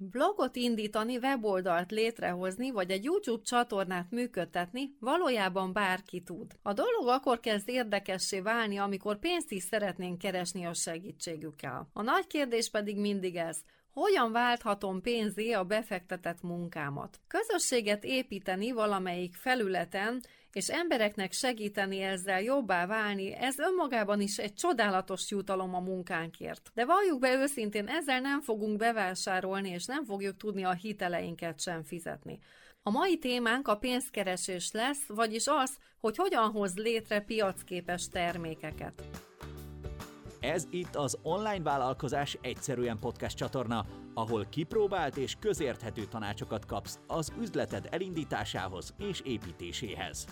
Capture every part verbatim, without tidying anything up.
Blogot indítani, weboldalt létrehozni, vagy egy YouTube csatornát működtetni valójában bárki tud. A dolog akkor kezd érdekessé válni, amikor pénzt is szeretnénk keresni a segítségükkel. A nagy kérdés pedig mindig ez: hogyan válthatom pénzé a befektetett munkámat? Közösséget építeni valamelyik felületen, és embereknek segíteni ezzel jobbá válni, ez önmagában is egy csodálatos jutalom a munkánkért. De valljuk be őszintén, ezzel nem fogunk bevásárolni, és nem fogjuk tudni a hiteleinket sem fizetni. A mai témánk a pénzkeresés lesz, vagyis az, hogy hogyan hoz létre piacképes termékeket. Ez itt az Online Vállalkozás Egyszerűen podcast csatorna, ahol kipróbált és közérthető tanácsokat kapsz az üzleted elindításához és építéséhez.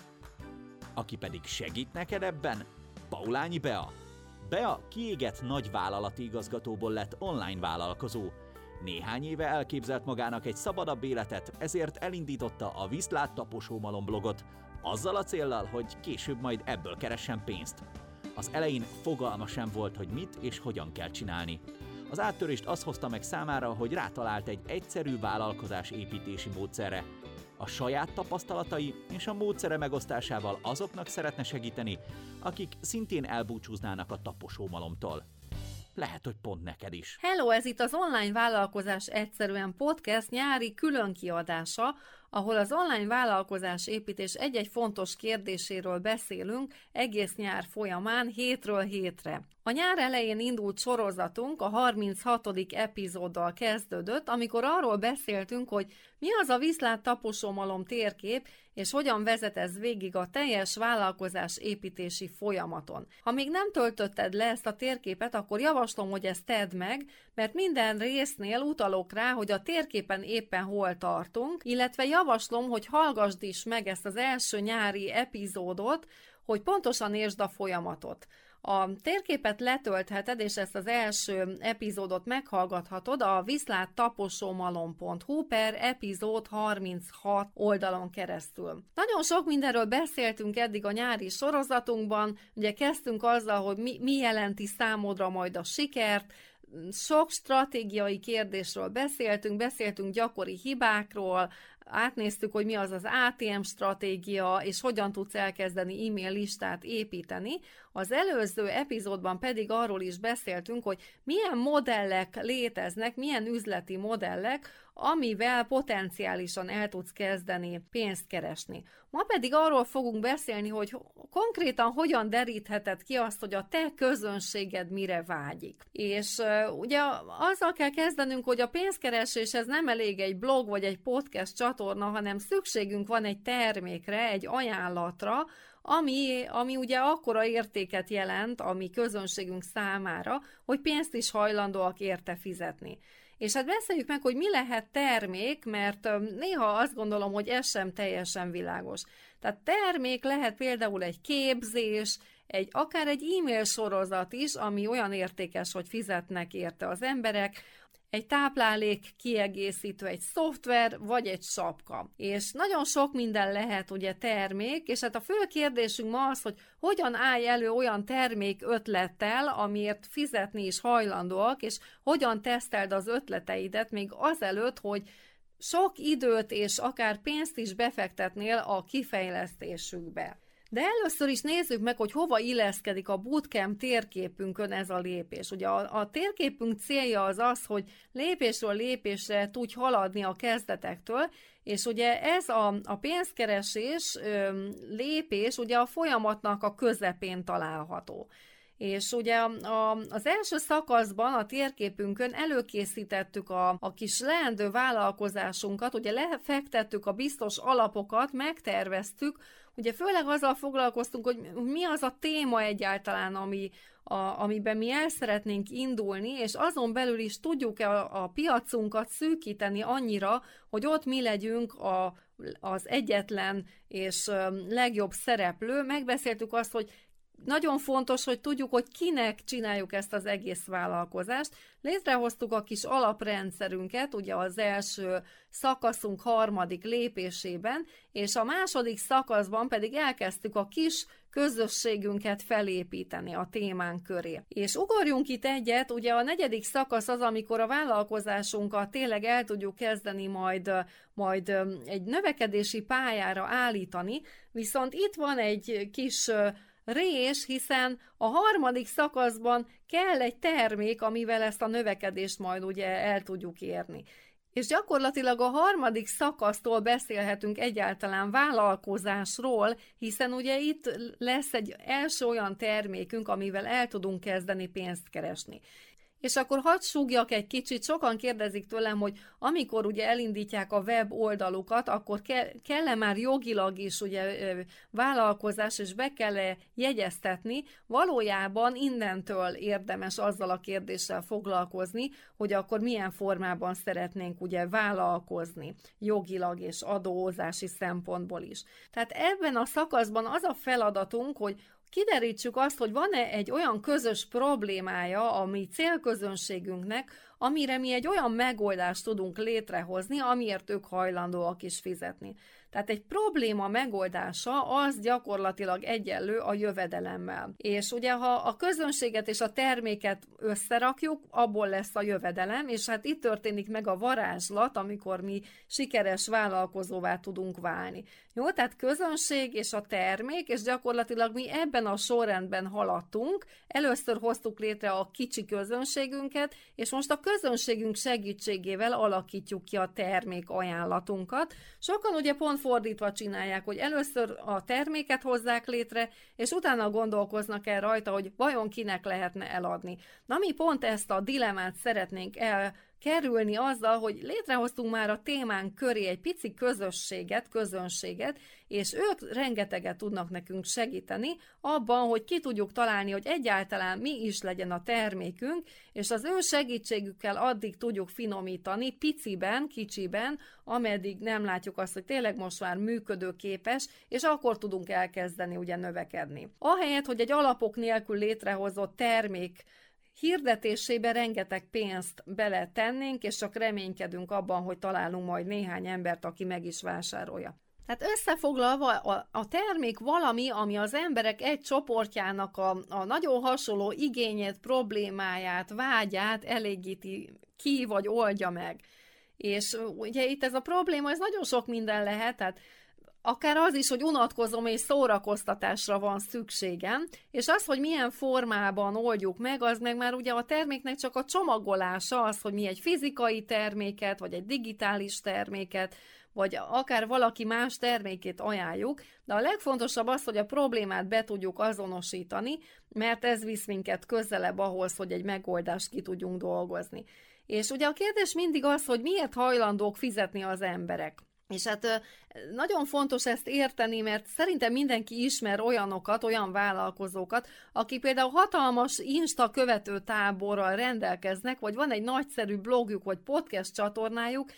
Aki pedig segít neked ebben, Paulányi Bea. Bea kiégett nagy vállalati igazgatóból lett online vállalkozó. Néhány éve elképzelt magának egy szabadabb életet, ezért elindította a Viszlát taposómalom blogot, azzal a céllal, hogy később majd ebből keressen pénzt. Az elején fogalma sem volt, hogy mit és hogyan kell csinálni. Az áttörést az hozta meg számára, hogy rátalált egy egyszerű vállalkozás építési módszerre. A saját tapasztalatai és a módszere megosztásával azoknak szeretne segíteni, akik szintén elbúcsúznának a taposómalomtól. Lehet, hogy pont neked is. Hello, ez itt az Online Vállalkozás Egyszerűen podcast nyári különkiadása, ahol az online vállalkozás építés egy-egy fontos kérdéséről beszélünk egész nyár folyamán, hétről hétre. A nyár elején indult sorozatunk a harminchatodik epizóddal kezdődött, amikor arról beszéltünk, hogy mi az a Viszlát taposómalom térkép, és hogyan vezet ez végig a teljes vállalkozás építési folyamaton. Ha még nem töltötted le ezt a térképet, akkor javaslom, hogy ezt tedd meg, mert minden résznél utalok rá, hogy a térképen éppen hol tartunk, illetve javaslom, hogy hallgassd is meg ezt az első nyári epizódot, hogy pontosan értsd a folyamatot. A térképet letöltheted, és ezt az első epizódot meghallgathatod a viszláttaposómalom pont hu per epizód harminchat oldalon keresztül. Nagyon sok mindenről beszéltünk eddig a nyári sorozatunkban, ugye kezdtünk azzal, hogy mi, mi jelenti számodra majd a sikert, sok stratégiai kérdésről beszéltünk, beszéltünk gyakori hibákról, átnéztük, hogy mi az az á té em stratégia, és hogyan tudsz elkezdeni e-mail listát építeni. Az előző epizódban pedig arról is beszéltünk, hogy milyen modellek léteznek, milyen üzleti modellek, amivel potenciálisan el tudsz kezdeni pénzt keresni. Ma pedig arról fogunk beszélni, hogy konkrétan hogyan derítheted ki azt, hogy a te közönséged mire vágyik. És uh, ugye azzal kell kezdenünk, hogy a pénzkereséshez nem elég egy blog vagy egy podcast csatorna, hanem szükségünk van egy termékre, egy ajánlatra, ami, ami ugye akkora értéket jelent a mi közönségünk számára, hogy pénzt is hajlandóak érte fizetni. És hát beszéljük meg, hogy mi lehet termék, mert néha azt gondolom, hogy ez sem teljesen világos. Tehát termék lehet például egy képzés, egy, akár egy e-mail sorozat is, ami olyan értékes, hogy fizetnek érte az emberek, egy táplálék kiegészítő, egy szoftver, vagy egy sapka. És nagyon sok minden lehet ugye termék, és hát a fő kérdésünk ma az, hogy hogyan állj elő olyan termék ötlettel, amiért fizetni is hajlandóak, és hogyan teszteld az ötleteidet még azelőtt, hogy sok időt és akár pénzt is befektetnél a kifejlesztésükbe. De először is nézzük meg, hogy hova illeszkedik a bootcamp térképünkön ez a lépés. Ugye a, a térképünk célja az az, hogy lépésről lépésre tudj haladni a kezdetektől, és ugye ez a, a pénzkeresés ö, lépés ugye a folyamatnak a közepén található. És ugye a, az első szakaszban a térképünkön előkészítettük a, a kis leendő vállalkozásunkat, ugye lefektettük a biztos alapokat, megterveztük, ugye főleg azzal foglalkoztunk, hogy mi az a téma egyáltalán, ami, a, amiben mi el szeretnénk indulni, és azon belül is tudjuk-e a, a piacunkat szűkíteni annyira, hogy ott mi legyünk a, az egyetlen és legjobb szereplő. Megbeszéltük azt, hogy nagyon fontos, hogy tudjuk, hogy kinek csináljuk ezt az egész vállalkozást. Létrehoztuk a kis alaprendszerünket, ugye az első szakaszunk harmadik lépésében, és a második szakaszban pedig elkezdtük a kis közösségünket felépíteni a témánk köré. És ugorjunk itt egyet, ugye a negyedik szakasz az, amikor a vállalkozásunkat tényleg el tudjuk kezdeni majd, majd egy növekedési pályára állítani, viszont itt van egy kis rés, hiszen a harmadik szakaszban kell egy termék, amivel ezt a növekedést majd ugye el tudjuk érni. És gyakorlatilag a harmadik szakasztól beszélhetünk egyáltalán vállalkozásról, hiszen ugye itt lesz egy első olyan termékünk, amivel el tudunk kezdeni pénzt keresni. És akkor hadd súgjak egy kicsit, sokan kérdezik tőlem, hogy amikor ugye elindítják a web oldalukat, akkor ke- kell-e már jogilag is ugye vállalkozás, és be kell-e jegyeztetni. Valójában innentől érdemes azzal a kérdéssel foglalkozni, hogy akkor milyen formában szeretnénk ugye vállalkozni, jogilag és adózási szempontból is. Tehát ebben a szakaszban az a feladatunk, hogy kiderítsük azt, hogy van-e egy olyan közös problémája a mi célközönségünknek, amire mi egy olyan megoldást tudunk létrehozni, amiért ők hajlandóak is fizetni. Tehát egy probléma megoldása az gyakorlatilag egyenlő a jövedelemmel. És ugye ha a közönséget és a terméket összerakjuk, abból lesz a jövedelem, és hát itt történik meg a varázslat, amikor mi sikeres vállalkozóvá tudunk válni. Jó, tehát közönség és a termék, és gyakorlatilag mi ebben a sorrendben haladtunk. Először hoztuk létre a kicsi közönségünket, és most a közönségünk segítségével alakítjuk ki a termék ajánlatunkat. Sokan ugye pont fordítva csinálják, hogy először a terméket hozzák létre, és utána gondolkoznak el rajta, hogy vajon kinek lehetne eladni. Na mi pont ezt a dilemmát szeretnénk elkerülni azzal, hogy létrehoztunk már a témánk köré egy pici közösséget, közönséget, és ők rengeteget tudnak nekünk segíteni abban, hogy ki tudjuk találni, hogy egyáltalán mi is legyen a termékünk, és az ő segítségükkel addig tudjuk finomítani, piciben, kicsiben, ameddig nem látjuk azt, hogy tényleg most már működőképes, és akkor tudunk elkezdeni ugye növekedni. Ahelyett, hogy egy alapok nélkül létrehozott termék hirdetésébe rengeteg pénzt beletennénk, és csak reménykedünk abban, hogy találunk majd néhány embert, aki meg is vásárolja. Tehát összefoglalva, a, a termék valami, ami az emberek egy csoportjának a, a nagyon hasonló igényét, problémáját, vágyát elégíti ki, vagy oldja meg. És ugye itt ez a probléma, ez nagyon sok minden lehet, tehát akár az is, hogy unatkozom és szórakoztatásra van szükségem, és az, hogy milyen formában oldjuk meg, az meg már ugye a terméknek csak a csomagolása, az, hogy mi egy fizikai terméket, vagy egy digitális terméket, vagy akár valaki más termékét ajánljuk, de a legfontosabb az, hogy a problémát be tudjuk azonosítani, mert ez visz minket közelebb ahhoz, hogy egy megoldást ki tudjunk dolgozni. És ugye a kérdés mindig az, hogy miért hajlandók fizetni az emberek. És hát nagyon fontos ezt érteni, mert szerintem mindenki ismer olyanokat, olyan vállalkozókat, akik például hatalmas Insta követő táborral rendelkeznek, vagy van egy nagyszerű blogjuk, vagy podcast csatornájuk,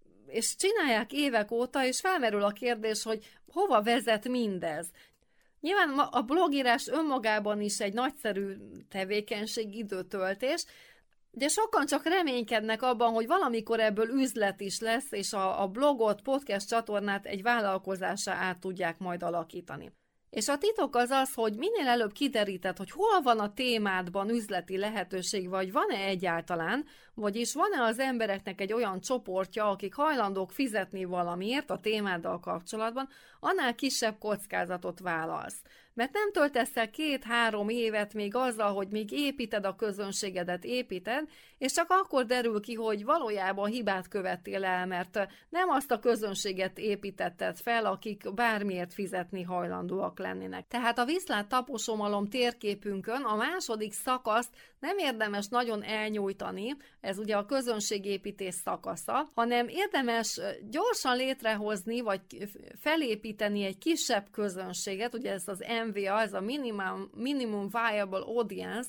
és csinálják évek óta, és felmerül a kérdés, hogy hova vezet mindez. Nyilván a blogírás önmagában is egy nagyszerű tevékenység, időtöltés, de sokan csak reménykednek abban, hogy valamikor ebből üzlet is lesz, és a, a blogot, podcast csatornát egy vállalkozásá át tudják majd alakítani. És a titok az az, hogy minél előbb kideríted, hogy hol van a témádban üzleti lehetőség, vagy van-e egyáltalán, vagyis van-e az embereknek egy olyan csoportja, akik hajlandók fizetni valamiért a témáddal kapcsolatban, annál kisebb kockázatot vállalsz. Mert nem töltesz el két-három évet még azzal, hogy még építed a közönségedet, építed, és csak akkor derül ki, hogy valójában hibát követtél el, mert nem azt a közönséget építetted fel, akik bármiért fizetni hajlandóak lennének. Tehát a Viszlát taposomalom térképünkön a második szakaszt nem érdemes nagyon elnyújtani, ez ugye a közönségépítés szakasza, hanem érdemes gyorsan létrehozni, vagy felépíteni egy kisebb közönséget, ugye ez az em vé á, ez a Minimum, Minimum Viable Audience,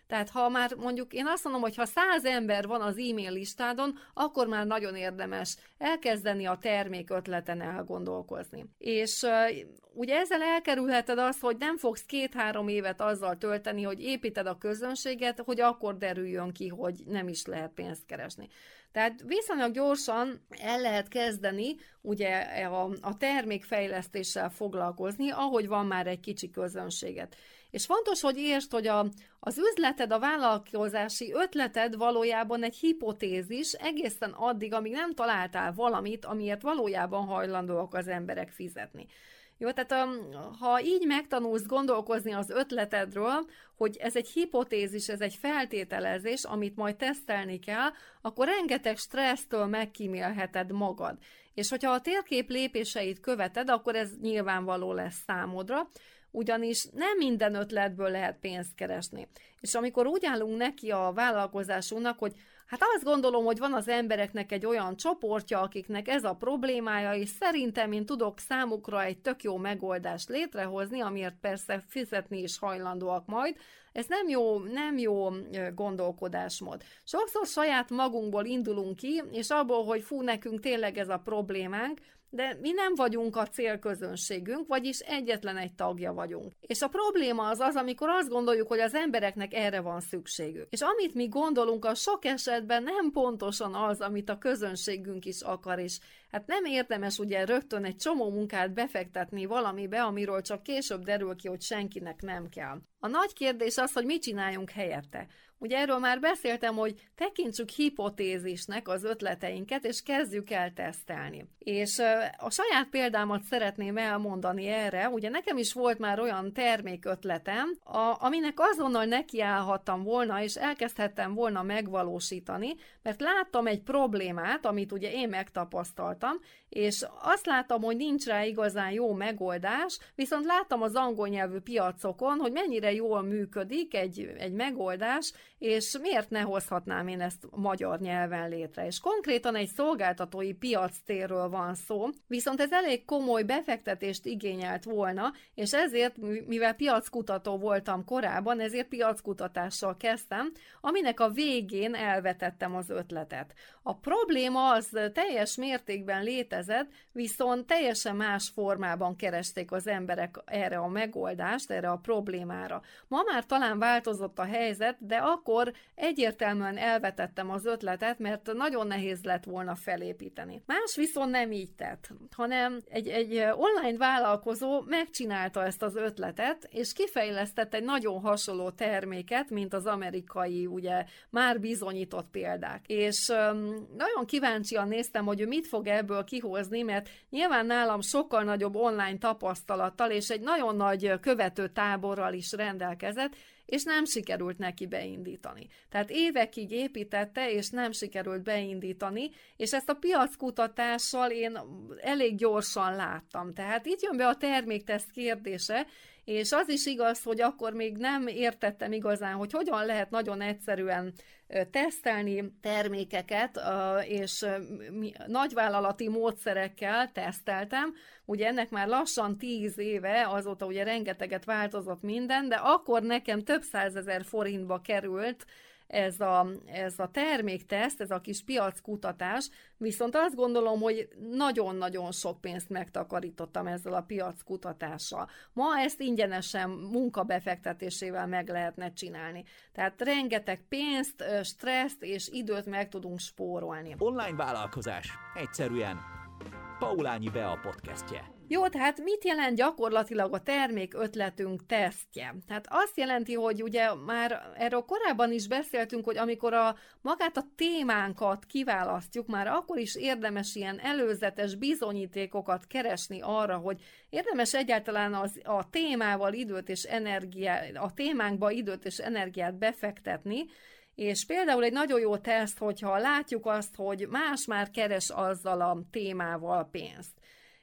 Tehát ha már mondjuk én azt mondom, hogy ha száz ember van az e-mail listádon, akkor már nagyon érdemes elkezdeni a termék ötleten elgondolkozni. És uh, ugye ezzel elkerülheted azt, hogy nem fogsz két-három évet azzal tölteni, hogy építed a közönséget, hogy akkor derüljön ki, hogy nem is lehet pénzt keresni. Tehát viszonylag gyorsan el lehet kezdeni ugye a, a termékfejlesztéssel foglalkozni, ahogy van már egy kicsi közönséget. És fontos, hogy értsd, hogy a, az üzleted, a vállalkozási ötleted valójában egy hipotézis egészen addig, amíg nem találtál valamit, amiért valójában hajlandóak az emberek fizetni. Jó, tehát ha így megtanulsz gondolkozni az ötletedről, hogy ez egy hipotézis, ez egy feltételezés, amit majd tesztelni kell, akkor rengeteg stressztől megkímélheted magad. És hogyha a térkép lépéseit követed, akkor ez nyilvánvaló lesz számodra, ugyanis nem minden ötletből lehet pénzt keresni. És amikor úgy állunk neki a vállalkozásunknak, hogy hát azt gondolom, hogy van az embereknek egy olyan csoportja, akiknek ez a problémája, és szerintem én tudok számukra egy tök jó megoldást létrehozni, amiért persze fizetni is hajlandóak majd. Ez nem jó, nem jó gondolkodásmód. Sokszor saját magunkból indulunk ki, és abból, hogy fú, nekünk tényleg ez a problémánk, de mi nem vagyunk a célközönségünk, vagyis egyetlen egy tagja vagyunk. És a probléma az az, amikor azt gondoljuk, hogy az embereknek erre van szükségük. És amit mi gondolunk, az sok esetben nem pontosan az, amit a közönségünk is akar, és hát nem érdemes ugye rögtön egy csomó munkát befektetni valamibe, amiről csak később derül ki, hogy senkinek nem kell. A nagy kérdés az, hogy mit csináljunk helyette. Ugye erről már beszéltem, hogy tekintsük hipotézisnek az ötleteinket, és kezdjük el tesztelni. És a saját példámat szeretném elmondani erre, ugye nekem is volt már olyan termékötletem, a, aminek azonnal nekiállhattam volna, és elkezdhettem volna megvalósítani, mert láttam egy problémát, amit ugye én megtapasztaltam, és azt láttam, hogy nincs rá igazán jó megoldás, viszont láttam az angol nyelvű piacokon, hogy mennyire jól működik egy, egy megoldás, és miért ne hozhatnám én ezt magyar nyelven létre. És konkrétan egy szolgáltatói piactérről van szó, viszont ez elég komoly befektetést igényelt volna, és ezért, mivel piackutató voltam korábban, ezért piackutatással kezdtem, aminek a végén elvetettem az ötletet. A probléma az teljes mértékben létezett, viszont teljesen más formában keresték az emberek erre a megoldást, erre a problémára. Ma már talán változott a helyzet, de akkor egyértelműen elvetettem az ötletet, mert nagyon nehéz lett volna felépíteni. Más viszont nem így tett, hanem egy, egy online vállalkozó megcsinálta ezt az ötletet, és kifejlesztett egy nagyon hasonló terméket, mint az amerikai, ugye, már bizonyított példák. És um, nagyon kíváncsian néztem, hogy ő mit fog ebből kihozni, mert nyilván nálam sokkal nagyobb online tapasztalattal, és egy nagyon nagy követő táborral is rendelkezett, és nem sikerült neki beindítani. Tehát évekig építette, és nem sikerült beindítani, és ezt a piackutatással én elég gyorsan láttam. Tehát itt jön be a termékteszt kérdése, és az is igaz, hogy akkor még nem értettem igazán, hogy hogyan lehet nagyon egyszerűen tesztelni termékeket, és nagyvállalati módszerekkel teszteltem. Ugye ennek már lassan tíz éve, azóta ugye rengeteget változott minden, de akkor nekem több százezer forintba került ez a, ez a termékteszt, ez a kis piackutatás, viszont azt gondolom, hogy nagyon-nagyon sok pénzt megtakarítottam ezzel a piackutatással. Ma ezt ingyenesen munkabefektetésével meg lehetne csinálni. Tehát rengeteg pénzt, stresszt és időt meg tudunk spórolni. Online vállalkozás. Egyszerűen. Paulányi Bea podcastje. Jó, tehát mit jelent gyakorlatilag a termék ötletünk tesztje? Tehát azt jelenti, hogy ugye már erről korábban is beszéltünk, hogy amikor a magát a témánkat kiválasztjuk, már akkor is érdemes ilyen előzetes bizonyítékokat keresni arra, hogy érdemes egyáltalán az, a témával időt és energiát, a témánkba időt és energiát befektetni, és például egy nagyon jó teszt, hogyha látjuk azt, hogy más már keres azzal a témával pénzt.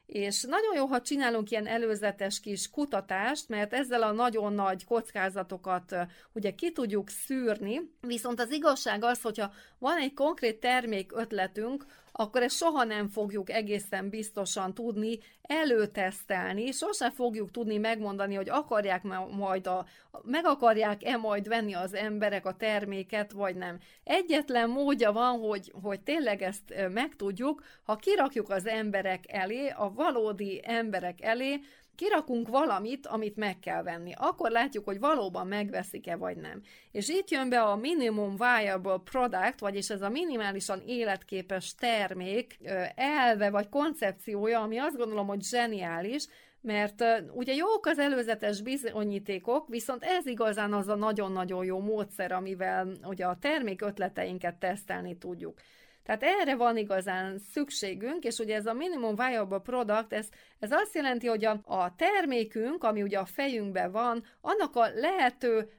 És nagyon jó, ha csinálunk ilyen előzetes kis kutatást, mert ezzel a nagyon nagy kockázatokat ugye ki tudjuk szűrni, viszont az igazság az, hogyha van egy konkrét termék ötletünk, akkor ezt soha nem fogjuk egészen biztosan tudni előtesztelni, sosem fogjuk tudni megmondani, hogy akarják majd a, meg akarják-e majd venni az emberek a terméket, vagy nem. Egyetlen módja van, hogy, hogy tényleg ezt megtudjuk, ha kirakjuk az emberek elé, a valódi emberek elé, kirakunk valamit, amit meg kell venni. Akkor látjuk, hogy valóban megveszik-e, vagy nem. És itt jön be a minimum viable product, vagyis ez a minimálisan életképes termék elve, vagy koncepciója, ami azt gondolom, hogy zseniális, mert uh, ugye jók az előzetes bizonyítékok, viszont ez igazán az a nagyon-nagyon jó módszer, amivel ugye a termék ötleteinket tesztelni tudjuk. Tehát erre van igazán szükségünk, és ugye ez a minimum viable product, ez, ez azt jelenti, hogy a, a termékünk, ami ugye a fejünkben van, annak a lehető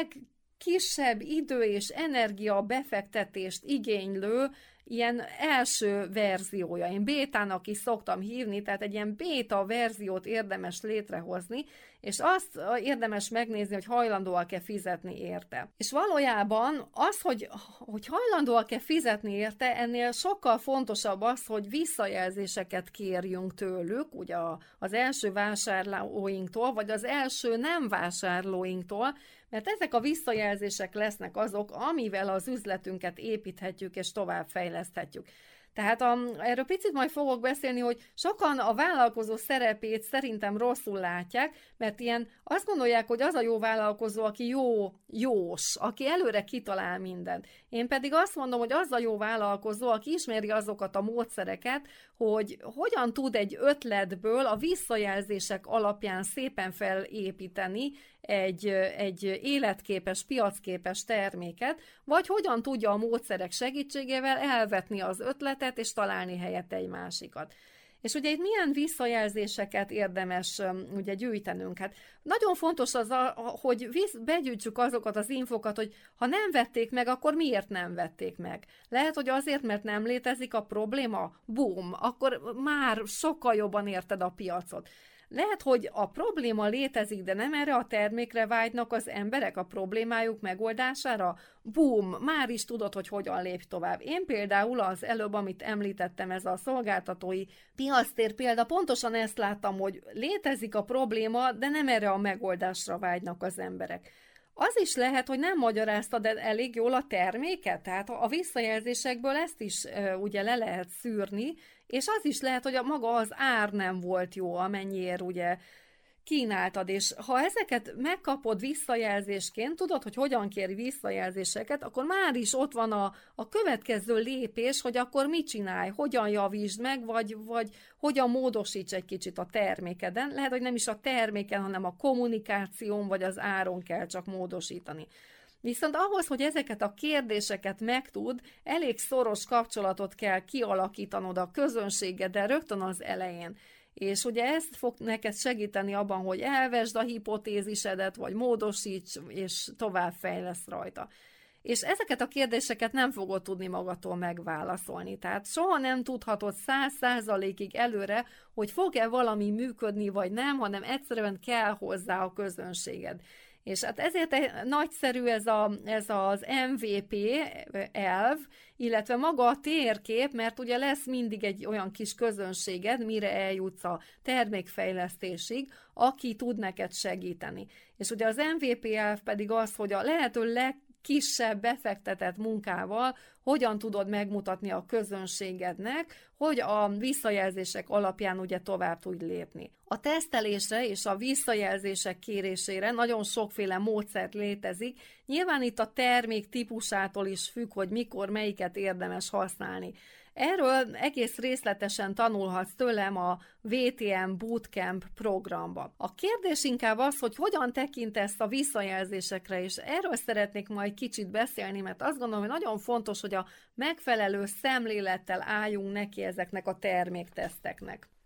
legkisebb idő és energia befektetést igénylő ilyen első verziója. Én bétának is szoktam hívni, tehát egy ilyen béta verziót érdemes létrehozni, és azt érdemes megnézni, hogy hajlandóak-e fizetni érte. És valójában az, hogy, hogy hajlandóak-e fizetni érte, ennél sokkal fontosabb az, hogy visszajelzéseket kérjünk tőlük, ugye az első vásárlóinktól, vagy az első nem vásárlóinktól, mert ezek a visszajelzések lesznek azok, amivel az üzletünket építhetjük és továbbfejleszthetjük. Tehát a, erről picit majd fogok beszélni, hogy sokan a vállalkozó szerepét szerintem rosszul látják, mert ilyen azt gondolják, hogy az a jó vállalkozó, aki jó, jós, aki előre kitalál mindent. Én pedig azt mondom, hogy az a jó vállalkozó, aki ismeri azokat a módszereket, hogy hogyan tud egy ötletből a visszajelzések alapján szépen felépíteni egy, egy életképes, piacképes terméket, vagy hogyan tudja a módszerek segítségével elvetni az ötletet és találni helyette egy másikat. És ugye itt milyen visszajelzéseket érdemes ugye gyűjtenünk? Hát nagyon fontos az, a, hogy visz, begyűjtsük azokat az infokat, hogy ha nem vették meg, akkor miért nem vették meg? Lehet, hogy azért, mert nem létezik a probléma? Boom! Akkor már sokkal jobban érted a piacot. Lehet, hogy a probléma létezik, de nem erre a termékre vágynak az emberek a problémájuk megoldására? Boom! Már is tudod, hogy hogyan lépj tovább. Én például az előbb, amit említettem, ez a szolgáltatói piactér példa, pontosan ezt láttam, hogy létezik a probléma, de nem erre a megoldásra vágynak az emberek. Az is lehet, hogy nem magyaráztad elég jól a terméket, tehát a visszajelzésekből ezt is e, ugye le lehet szűrni, és az is lehet, hogy a maga az ár nem volt jó, amennyiért ugye kínáltad, és ha ezeket megkapod visszajelzésként, tudod, hogy hogyan kéri visszajelzéseket, akkor már is ott van a, a következő lépés, hogy akkor mit csinálj, hogyan javítsd meg, vagy, vagy hogyan módosíts egy kicsit a termékeden. Lehet, hogy nem is a terméken, hanem a kommunikáción, vagy az áron kell csak módosítani. Viszont ahhoz, hogy ezeket a kérdéseket megtud, elég szoros kapcsolatot kell kialakítanod a közönségeddel rögtön az elején. És ugye ezt fog neked segíteni abban, hogy elvesd a hipotézisedet, vagy módosíts, és továbbfejlesz rajta. És ezeket a kérdéseket nem fogod tudni magadtól megválaszolni. Tehát soha nem tudhatod száz százalékig előre, hogy fog-e valami működni, vagy nem, hanem egyszerűen kell hozzá a közönséged. És hát ezért nagyszerű ez, a, ez az em vé pé elv, illetve maga a térkép, mert ugye lesz mindig egy olyan kis közönséged, mire eljutsz a termékfejlesztésig, aki tud neked segíteni. És ugye az em vé pé elv pedig az, hogy a lehető leg kisebb befektetett munkával hogyan tudod megmutatni a közönségednek, hogy a visszajelzések alapján ugye tovább tudj lépni. A tesztelésre és a visszajelzések kérésére nagyon sokféle módszer létezik, nyilván itt a termék típusától is függ, hogy mikor melyiket érdemes használni. Erről egész részletesen tanulhatsz tőlem a vé té em Bootcamp programba. A kérdés inkább az, hogy hogyan tekintesz a visszajelzésekre, és erről szeretnék majd kicsit beszélni, mert azt gondolom, hogy nagyon fontos, hogy a megfelelő szemlélettel álljunk neki ezeknek a termékteszteknek.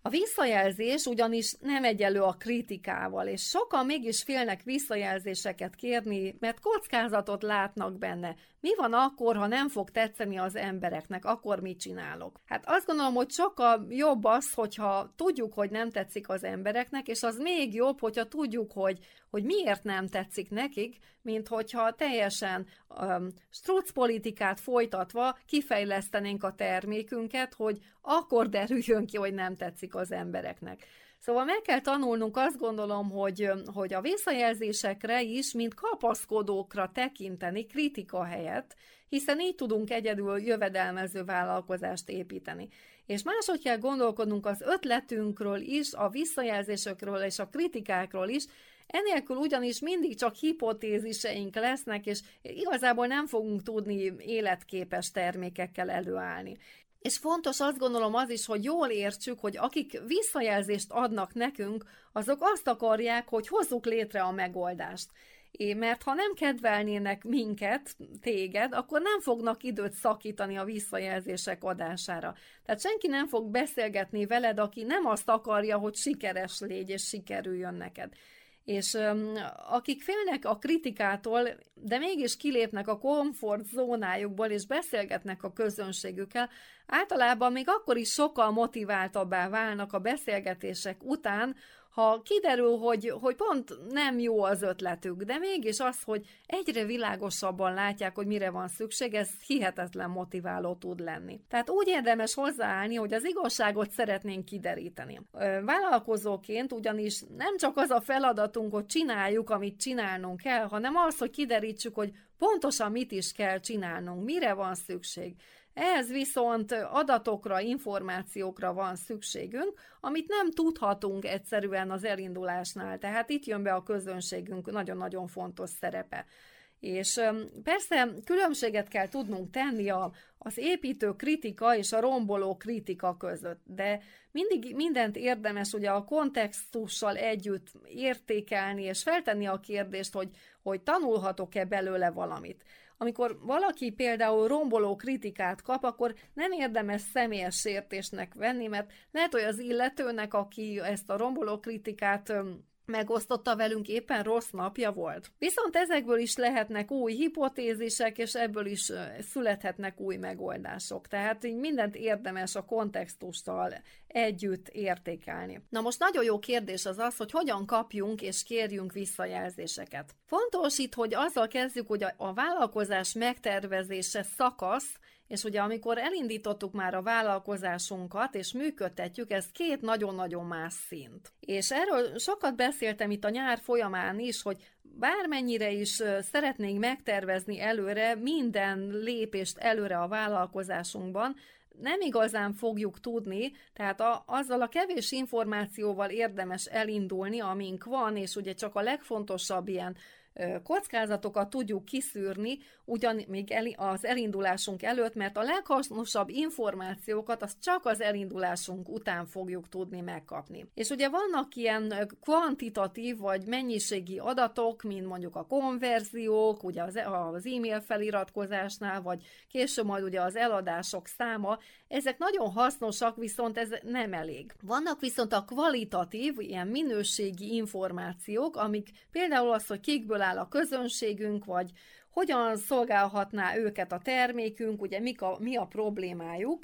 A visszajelzés ugyanis nem egyenlő a kritikával, és sokan mégis félnek visszajelzéseket kérni, mert kockázatot látnak benne. Mi van akkor, ha nem fog tetszeni az embereknek, akkor mit csinálok? Hát azt gondolom, hogy sokkal jobb az, hogyha tudjuk, hogy nem tetszik az embereknek, és az még jobb, hogyha tudjuk, hogy, hogy miért nem tetszik nekik, mint hogyha teljesen um, struc politikát folytatva kifejlesztenénk a termékünket, hogy akkor derüljön ki, hogy nem tetszik az embereknek. Szóval meg kell tanulnunk, azt gondolom, hogy, hogy a visszajelzésekre is, mint kapaszkodókra tekinteni kritika helyett, hiszen így tudunk egyedül jövedelmező vállalkozást építeni. És máshogy kell gondolkodnunk az ötletünkről is, a visszajelzésekről és a kritikákról is, enélkül ugyanis mindig csak hipotéziseink lesznek, és igazából nem fogunk tudni életképes termékekkel előállni. És fontos azt gondolom az is, hogy jól értsük, hogy akik visszajelzést adnak nekünk, azok azt akarják, hogy hozzuk létre a megoldást. É, mert ha nem kedvelnének minket, téged, akkor nem fognak időt szakítani a visszajelzések adására. Tehát senki nem fog beszélgetni veled, aki nem azt akarja, hogy sikeres légy és sikerüljön neked. És um, akik félnek a kritikától, de mégis kilépnek a komfortzónájukból és beszélgetnek a közönségükkel, általában még akkor is sokkal motiváltabbá válnak a beszélgetések után, ha kiderül, hogy, hogy pont nem jó az ötletük, de mégis az, hogy egyre világosabban látják, hogy mire van szükség, ez hihetetlen motiváló tud lenni. Tehát úgy érdemes hozzáállni, hogy az igazságot szeretnénk kideríteni. Vállalkozóként ugyanis nem csak az a feladatunk, hogy csináljuk, amit csinálnunk kell, hanem az, hogy kiderítsük, hogy pontosan mit is kell csinálnunk, mire van szükség. Ehhez viszont adatokra, információkra van szükségünk, amit nem tudhatunk egyszerűen az elindulásnál, tehát itt jön be a közönségünk nagyon-nagyon fontos szerepe. És persze különbséget kell tudnunk tenni a, az építő kritika és a romboló kritika között, de mindig mindent érdemes ugye a kontextussal együtt értékelni és feltenni a kérdést, hogy, hogy tanulhatok-e belőle valamit. Amikor valaki például romboló kritikát kap, akkor nem érdemes személyes sértésnek venni, mert lehet, hogy az illetőnek, aki ezt a romboló kritikát megosztotta velünk, éppen rossz napja volt. Viszont ezekből is lehetnek új hipotézisek, és ebből is születhetnek új megoldások. Tehát így mindent érdemes a kontextussal együtt értékelni. Na most nagyon jó kérdés az az, hogy hogyan kapjunk és kérjünk visszajelzéseket. Fontos itt, hogy azzal kezdjük, hogy a, a vállalkozás megtervezése szakasz, és ugye amikor elindítottuk már a vállalkozásunkat, és működtetjük, ez két nagyon-nagyon más szint. És erről sokat beszéltem itt a nyár folyamán is, hogy bármennyire is szeretnénk megtervezni előre minden lépést előre a vállalkozásunkban, nem igazán fogjuk tudni, tehát a, azzal a kevés információval érdemes elindulni, amink van, és ugye csak a legfontosabb ilyen kockázatokat tudjuk kiszűrni, ugyan még el, az elindulásunk előtt, mert a leghasznosabb információkat azt csak az elindulásunk után fogjuk tudni megkapni. És ugye vannak ilyen kvantitatív vagy mennyiségi adatok, mint mondjuk a konverziók, ugye az, az e-mail feliratkozásnál, vagy később majd ugye az eladások száma, ezek nagyon hasznosak, viszont ez nem elég. Vannak viszont a kvalitatív, ilyen minőségi információk, amik például az, hogy kikből áll a közönségünk, vagy hogyan szolgálhatná őket a termékünk, ugye mik a, mi a problémájuk.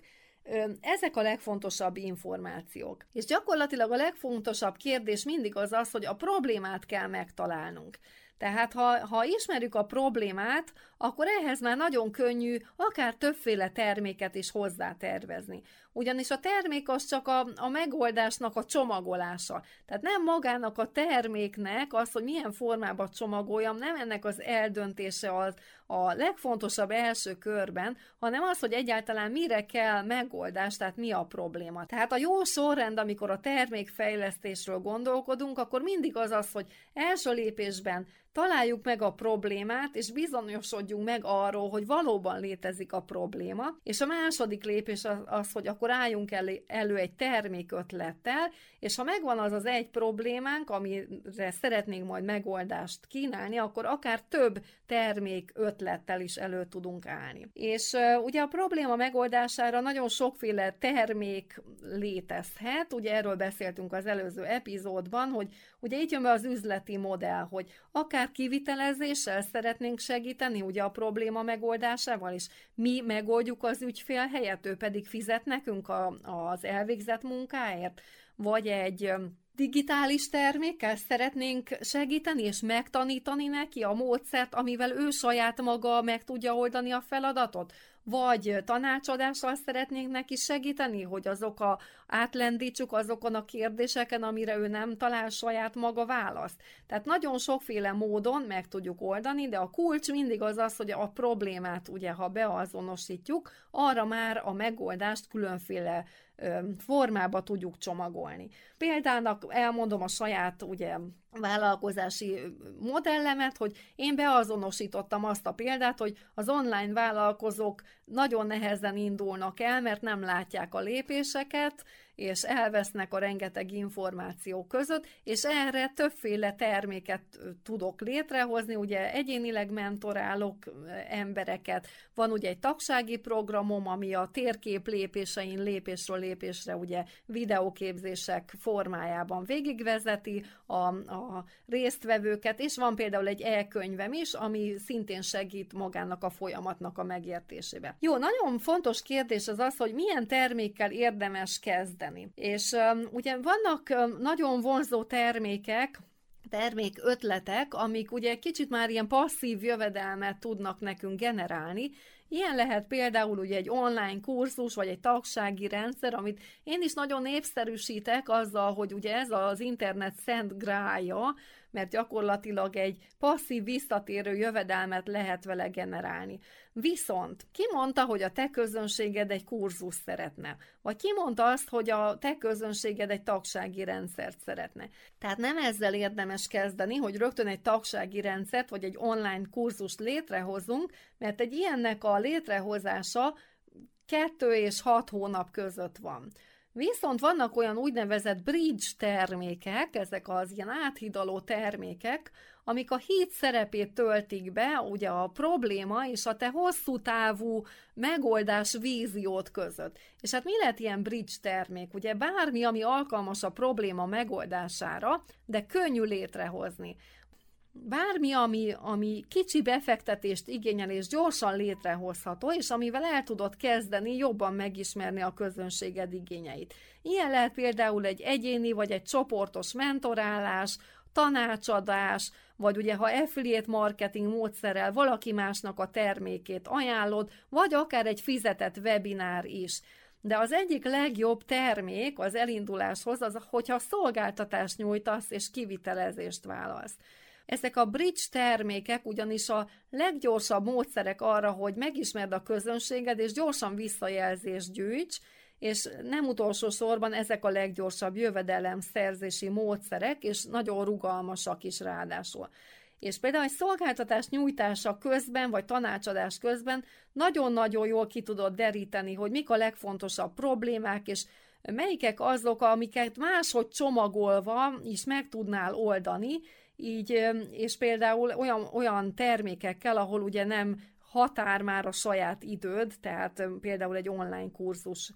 Ezek a legfontosabb információk. És gyakorlatilag a legfontosabb kérdés mindig az az, hogy a problémát kell megtalálnunk. Tehát ha, ha ismerjük a problémát, akkor ehhez már nagyon könnyű akár többféle terméket is hozzátervezni. Ugyanis a termék az csak a, a megoldásnak a csomagolása. Tehát nem magának a terméknek az, hogy milyen formában csomagoljam, nem ennek az eldöntése az a legfontosabb első körben, hanem az, hogy egyáltalán mire kell megoldás, tehát mi a probléma. Tehát a jó sorrend, amikor a termékfejlesztésről gondolkodunk, akkor mindig az az, hogy első lépésben találjuk meg a problémát, és bizonyosodjunk meg arról, hogy valóban létezik a probléma, és a második lépés az, az hogy akkor akkor álljunk elő, elő egy termékötlettel, és ha megvan az az egy problémánk, amire szeretnénk majd megoldást kínálni, akkor akár több termékötlettel is elő tudunk állni. És uh, ugye a probléma megoldására nagyon sokféle termék létezhet, ugye erről beszéltünk az előző epizódban, hogy ugye itt jön be az üzleti modell, hogy akár kivitelezéssel szeretnénk segíteni, ugye a probléma megoldásával is, mi megoldjuk az ügyfél helyett, ő pedig fizet nekünk a, az elvégzett munkáért, vagy egy digitális termékkel szeretnénk segíteni és megtanítani neki a módszert, amivel ő saját maga meg tudja oldani a feladatot, vagy tanácsadással szeretnénk neki segíteni, hogy azok a, átlendítsük azokon a kérdéseken, amire ő nem talál saját maga választ. Tehát nagyon sokféle módon meg tudjuk oldani, de a kulcs mindig az az, hogy a problémát, ugye, ha beazonosítjuk, arra már a megoldást különféle ö, formába tudjuk csomagolni. Példának elmondom a saját, ugye, vállalkozási modellemet, hogy én beazonosítottam azt a példát, hogy az online vállalkozók nagyon nehezen indulnak el, mert nem látják a lépéseket, és elvesznek a rengeteg információ között, és erre többféle terméket tudok létrehozni, ugye egyénileg mentorálok embereket, van ugye egy tagsági programom, ami a térkép lépésein lépésről lépésre ugye videóképzések formájában végigvezeti a, a résztvevőket, és van például egy e-könyvem is, ami szintén segít magának a folyamatnak a megértésébe. Jó, nagyon fontos kérdés az az, hogy milyen termékkel érdemes kezdeni. És um, ugye vannak um, nagyon vonzó termékek, termék ötletek, amik ugye kicsit már ilyen passzív jövedelmet tudnak nekünk generálni. Ilyen lehet például ugye egy online kurzus, vagy egy tagsági rendszer, amit én is nagyon népszerűsítek azzal, hogy ugye ez az internet szent grálja, mert gyakorlatilag egy passzív visszatérő jövedelmet lehet vele generálni. Viszont ki mondta, hogy a te közönséged egy kurzus szeretne? Vagy ki mondta azt, hogy a te közönséged egy tagsági rendszert szeretne? Tehát nem ezzel érdemes kezdeni, hogy rögtön egy tagsági rendszert, vagy egy online kurzust létrehozunk, mert egy ilyennek a létrehozása kettő és hat hónap között van. Viszont vannak olyan úgynevezett bridge termékek, ezek az ilyen áthidaló termékek, amik a híd szerepét töltik be, ugye a probléma és a te hosszú távú megoldás víziót között. És hát mi lehet ilyen bridge termék? Ugye bármi, ami alkalmas a probléma megoldására, de könnyű létrehozni. Bármi, ami, ami kicsi befektetést igényel és gyorsan létrehozható, és amivel el tudod kezdeni jobban megismerni a közönséged igényeit. Ilyen lehet például egy egyéni vagy egy csoportos mentorálás, tanácsadás, vagy ugye ha affiliate marketing módszerrel valaki másnak a termékét ajánlod, vagy akár egy fizetett webinár is. De az egyik legjobb termék az elinduláshoz az, hogyha szolgáltatást nyújtasz és kivitelezést válasz. Ezek a bridge termékek ugyanis a leggyorsabb módszerek arra, hogy megismerd a közönséged, és gyorsan visszajelzést gyűjts, és nem utolsó sorban ezek a leggyorsabb jövedelemszerzési módszerek, és nagyon rugalmasak is ráadásul. És például egy szolgáltatás nyújtása közben, vagy tanácsadás közben nagyon-nagyon jól ki tudod deríteni, hogy mik a legfontosabb problémák, és melyikek azok, amiket máshogy csomagolva is meg tudnál oldani, így, és például olyan, olyan termékekkel, ahol ugye nem határ már a saját időd, tehát például egy online kurzus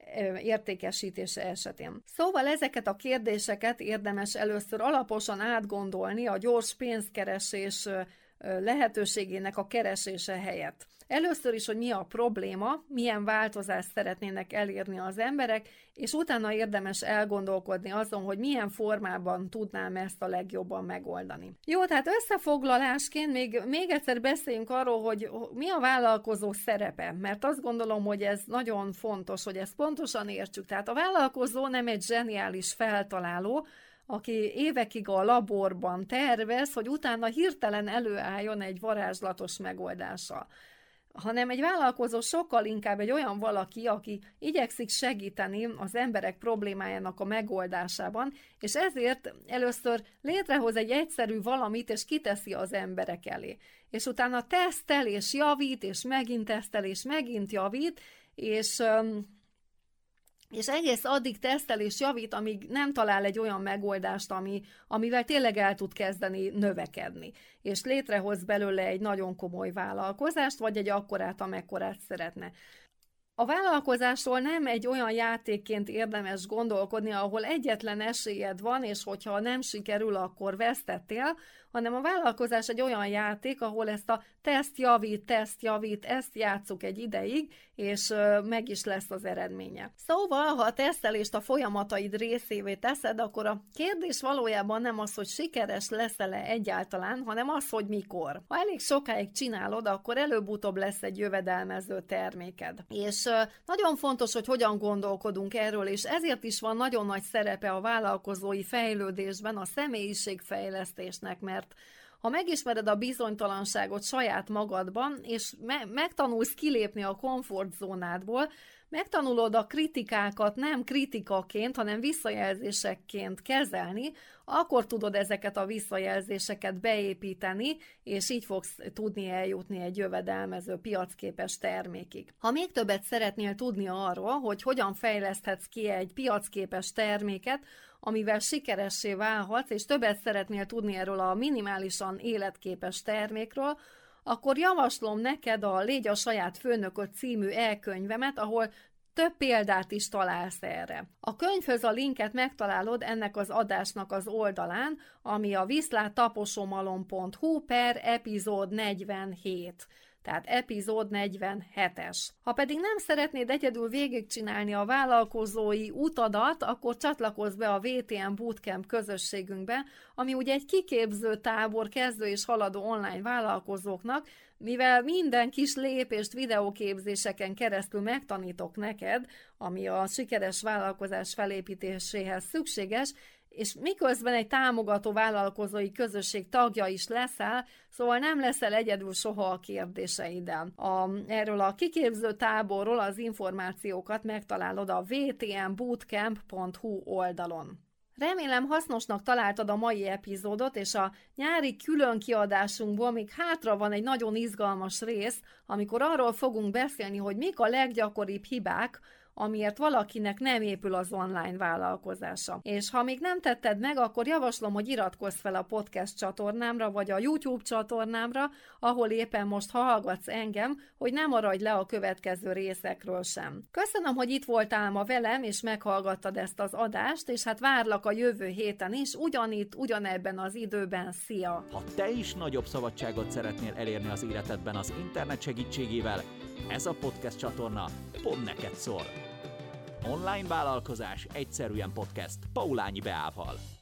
értékesítése esetén. Szóval ezeket a kérdéseket érdemes először alaposan átgondolni a gyors pénzkeresés lehetőségének a keresése helyett. Először is, hogy mi a probléma, milyen változást szeretnének elérni az emberek, és utána érdemes elgondolkodni azon, hogy milyen formában tudnám ezt a legjobban megoldani. Jó, tehát összefoglalásként még, még egyszer beszéljünk arról, hogy mi a vállalkozó szerepe, mert azt gondolom, hogy ez nagyon fontos, hogy ezt pontosan értsük. Tehát a vállalkozó nem egy zseniális feltaláló, aki évekig a laborban tervez, hogy utána hirtelen előálljon egy varázslatos megoldással, hanem egy vállalkozó sokkal inkább egy olyan valaki, aki igyekszik segíteni az emberek problémájának a megoldásában, és ezért először létrehoz egy egyszerű valamit, és kiteszi az emberek elé. És utána tesztel, és javít, és megint tesztel, és megint javít, és... és egész addig tesztel és javít, amíg nem talál egy olyan megoldást, ami, amivel tényleg el tud kezdeni növekedni, és létrehoz belőle egy nagyon komoly vállalkozást, vagy egy akkorát, amekkorát szeretne. A vállalkozásról nem egy olyan játékként érdemes gondolkodni, ahol egyetlen esélyed van, és hogyha nem sikerül, akkor vesztettél, hanem a vállalkozás egy olyan játék, ahol ezt a teszt javít, teszt javít, ezt játsszuk egy ideig, és meg is lesz az eredménye. Szóval, ha a tesztelést a folyamataid részévé teszed, akkor a kérdés valójában nem az, hogy sikeres leszel-e egyáltalán, hanem az, hogy mikor. Ha elég sokáig csinálod, akkor előbb-utóbb lesz egy jövedelmező terméked. És nagyon fontos, hogy hogyan gondolkodunk erről, és ezért is van nagyon nagy szerepe a vállalkozói fejlődésben, a személyiségfejlesztésnek, mert ha megismered a bizonytalanságot saját magadban, és me- megtanulsz kilépni a komfortzónádból, megtanulod a kritikákat nem kritikaként, hanem visszajelzésekként kezelni, akkor tudod ezeket a visszajelzéseket beépíteni, és így fogsz tudni eljutni egy jövedelmező, piacképes termékig. Ha még többet szeretnél tudni arról, hogy hogyan fejleszthetsz ki egy piacképes terméket, amivel sikeressé válhatsz, és többet szeretnél tudni erről a minimálisan életképes termékről, akkor javaslom neked a Légy a saját főnököd című e-könyvemet, ahol több példát is találsz erre. A könyvhöz a linket megtalálod ennek az adásnak az oldalán, ami a viszláttaposomalom pont hu per epizód negyvenhét. Tehát epizód negyvenhetes. Ha pedig nem szeretnéd egyedül végigcsinálni a vállalkozói utadat, akkor csatlakozz be a vé té em Bootcamp közösségünkbe, ami ugye egy kiképző tábor kezdő és haladó online vállalkozóknak, mivel minden kis lépést videóképzéseken keresztül megtanítok neked, ami a sikeres vállalkozás felépítéséhez szükséges, és miközben egy támogató vállalkozói közösség tagja is leszel, szóval nem leszel egyedül soha a kérdéseiddel. A, erről a kiképző táborról az információkat megtalálod a vé té em bootcamp pont hu oldalon. Remélem hasznosnak találtad a mai epizódot, és a nyári külön kiadásunkból még hátra van egy nagyon izgalmas rész, amikor arról fogunk beszélni, hogy mik a leggyakoribb hibák, amiért valakinek nem épül az online vállalkozása. És ha még nem tetted meg, akkor javaslom, hogy iratkozz fel a podcast csatornámra, vagy a YouTube csatornámra, ahol éppen most hallgatsz engem, hogy ne maradj le a következő részekről sem. Köszönöm, hogy itt voltál ma velem, és meghallgattad ezt az adást, és hát várlak a jövő héten is, ugyanitt, ugyanebben az időben. Szia! Ha te is nagyobb szabadságot szeretnél elérni az életedben az internet segítségével, ez a podcast csatorna pont neked szól. Online vállalkozás egyszerűen podcast Paulányi Beával.